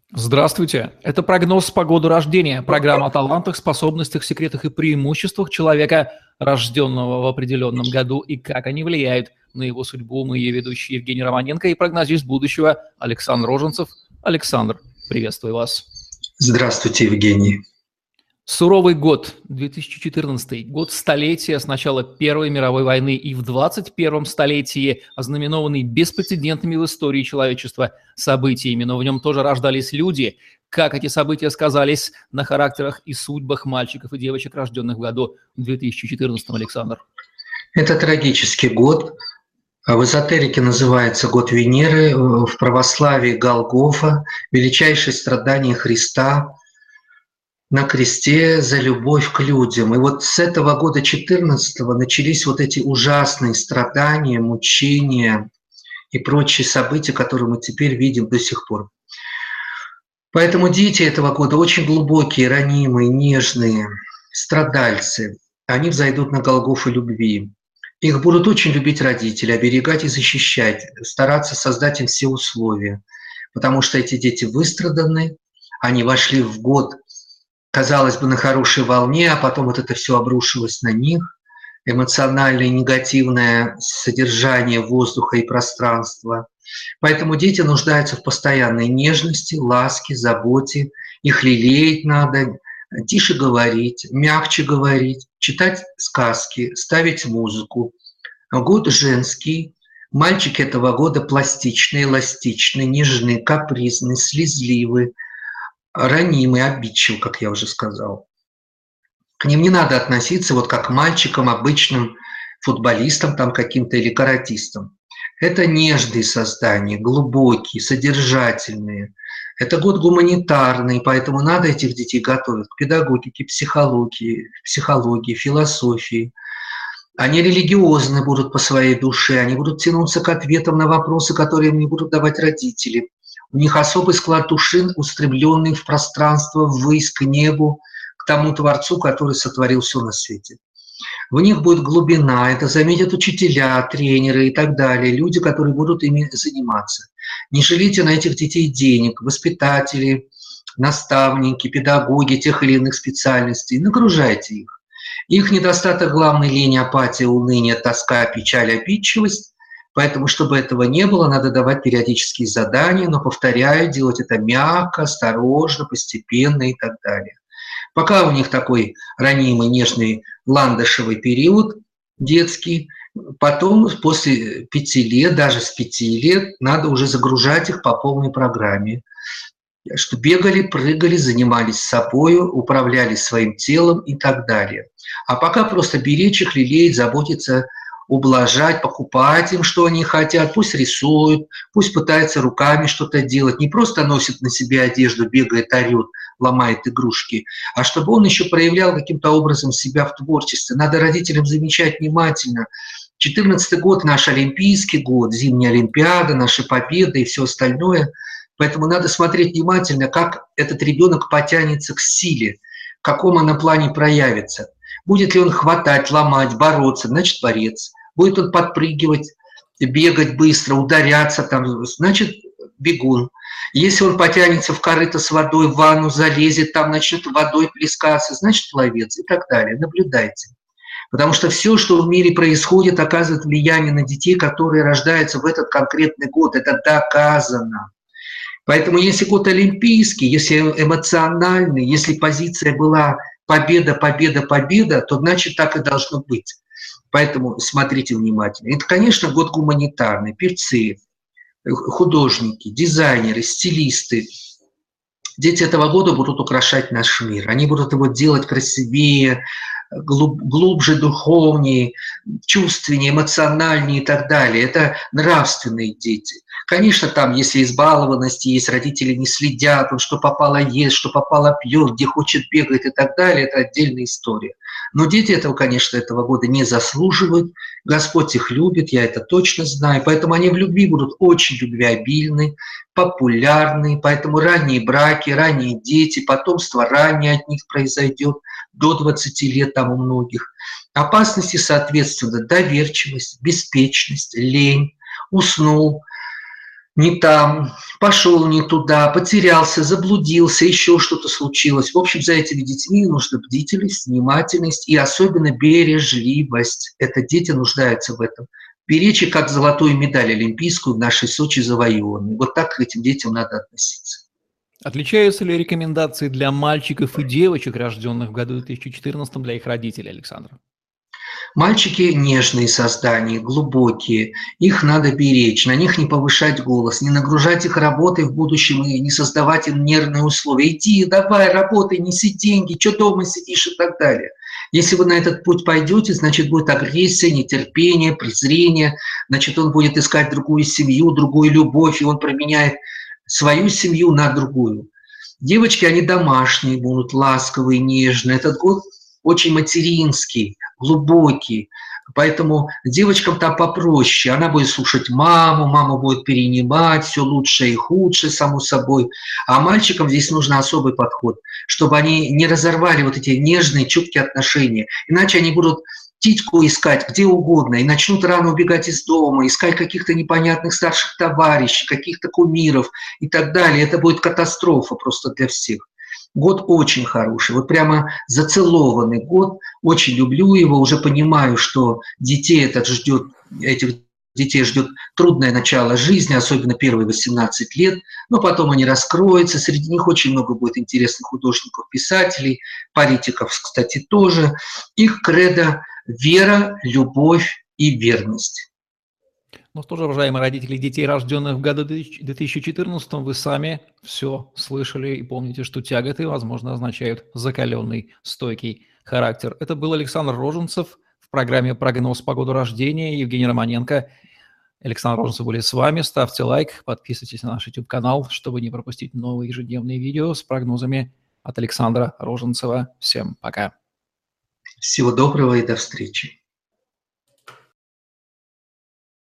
Здравствуйте. Это прогноз по году рождения. Программа о талантах, способностях, секретах и преимуществах человека, рожденного в определенном году, и как они влияют на его судьбу. Мы ее ведущие Евгений Романенко и прогнозист будущего Александр Роженцев. Александр, приветствую вас. Здравствуйте, Евгений. Суровый год, 2014, год столетия с начала Первой мировой войны и в 21 столетии, ознаменованный беспрецедентными в истории человечества событиями, но в нем тоже рождались люди. Как эти события сказались на характерах и судьбах мальчиков и девочек, рожденных в году 2014, Александр? Это трагический год. В эзотерике называется год Венеры, в православии Голгофа, величайшее страдание Христа на кресте за любовь к людям. И вот с этого года 14-го начались вот эти ужасные страдания, мучения и прочие события, которые мы теперь видим до сих пор. Поэтому дети этого года очень глубокие, ранимые, нежные, страдальцы. Они взойдут на Голгофу любви. Их будут очень любить родители, оберегать и защищать, стараться создать им все условия. Потому что эти дети выстраданы, они вошли в год, казалось бы, на хорошей волне, а потом вот это все обрушилось на них. Эмоциональное и негативное содержание воздуха и пространства. Поэтому дети нуждаются в постоянной нежности, ласке, заботе. Их лелеять надо, тише говорить, мягче говорить, читать сказки, ставить музыку. Год женский. Мальчики этого года пластичные, эластичные, нежны, капризны, слезливы, ранимы, обидчивы, как я уже сказал. К ним не надо относиться вот как к мальчикам, обычным футболистам там каким-то или каратистам. Это нежные создания, глубокие, содержательные. Это год гуманитарный, поэтому надо этих детей готовить к педагогике, психологии, философии. Они религиозны будут по своей душе, они будут тянуться к ответам на вопросы, которые им не будут давать родители. У них особый склад души, устремленный в пространство, ввысь, к небу, к тому Творцу, который сотворил все на свете. В них будет глубина, это заметят учителя, тренеры и так далее, люди, которые будут ими заниматься. Не жалейте на этих детей денег, воспитатели, наставники, педагоги тех или иных специальностей, нагружайте их. Их недостаток главный – лень, апатия, уныние, тоска, печаль, обидчивость. Поэтому, чтобы этого не было, надо давать периодические задания, но, повторяю, делать это мягко, осторожно, постепенно и так далее. Пока у них такой ранимый, нежный ландышевый период детский, потом после 5 лет, даже с 5 лет, надо уже загружать их по полной программе. Что бегали, прыгали, занимались собой, управляли своим телом и так далее. А пока просто беречь их, лелеять, заботиться, ублажать, покупать им, что они хотят, пусть рисуют, пусть пытаются руками что-то делать, не просто носит на себе одежду, бегает, орет, ломает игрушки, а чтобы он еще проявлял каким-то образом себя в творчестве. Надо родителям замечать внимательно. 2014 год – наш олимпийский год, зимняя Олимпиада, наши победы и все остальное. Поэтому надо смотреть внимательно, как этот ребенок потянется к силе, в каком она плане проявится. Будет ли он хватать, ломать, бороться, значит, борец. Будет он подпрыгивать, бегать быстро, ударяться, там, значит, бегун. Если он потянется в корыто с водой, в ванну залезет, там начнет водой плескаться, значит, пловец и так далее. Наблюдайте. Потому что все, что в мире происходит, оказывает влияние на детей, которые рождаются в этот конкретный год. Это доказано. Поэтому если год олимпийский, если эмоциональный, если позиция была победа, победа, победа, то значит так и должно быть. Поэтому смотрите внимательно. Это, конечно, год гуманитарный, певцы, художники, дизайнеры, стилисты. Дети этого года будут украшать наш мир. Они будут его делать красивее, глубже, духовнее, чувственнее, эмоциональнее и так далее. Это нравственные дети. Конечно, там, если избалованность есть, родители не следят, он что попало ест, что попало пьет, где хочет бегает и так далее, это отдельная история. Но дети этого, конечно, этого года не заслуживают. Господь их любит, я это точно знаю. Поэтому они в любви будут очень любвеобильны, популярны. Поэтому ранние браки, ранние дети, потомство раннее от них произойдет, до 20 лет там у многих. Опасности, соответственно, доверчивость, беспечность, лень, уснул, не там, пошел не туда, потерялся, заблудился, еще что-то случилось. В общем, за этими детьми нужна бдительность, внимательность и особенно бережливость. Это дети нуждаются в этом. Беречь их как золотую медаль олимпийскую в нашей Сочи завоеванной. Вот так к этим детям надо относиться. Отличаются ли рекомендации для мальчиков и девочек, рожденных в году 2014, для их родителей, Александр? Мальчики нежные создания, глубокие, их надо беречь, на них не повышать голос, не нагружать их работой в будущем и не создавать им нервные условия. Иди, давай, работай, неси деньги, что дома сидишь и так далее. Если вы на этот путь пойдете, значит, будет агрессия, нетерпение, презрение, значит, он будет искать другую семью, другую любовь, и он променяет свою семью на другую. Девочки, они домашние будут, ласковые, нежные. Этот год очень материнский, глубокий. Поэтому девочкам там попроще. Она будет слушать маму, мама будет перенимать все лучшее и худшее, само собой. А мальчикам здесь нужен особый подход, чтобы они не разорвали вот эти нежные, чуткие отношения. Иначе они будут титьку искать где угодно и начнут рано убегать из дома, искать каких-то непонятных старших товарищей, каких-то кумиров и так далее. Это будет катастрофа просто для всех. Год очень хороший, вот прямо зацелованный год. Очень люблю его, уже понимаю, что этих детей ждет трудное начало жизни, особенно первые 18 лет, но потом они раскроются. Среди них очень много будет интересных художников, писателей, политиков, кстати, тоже. Их кредо – вера, любовь и верность. Ну что же, уважаемые родители детей, рожденных в году 2014, вы сами все слышали и помните, что тяготы, возможно, означают закаленный, стойкий характер. Это был Александр Роженцев в программе «Прогноз по году рождения». Евгений Романенко. Александр Роженцев были с вами. Ставьте лайк, подписывайтесь на наш YouTube-канал, чтобы не пропустить новые ежедневные видео с прогнозами от Александра Роженцева. Всем пока. Всего доброго и до встречи.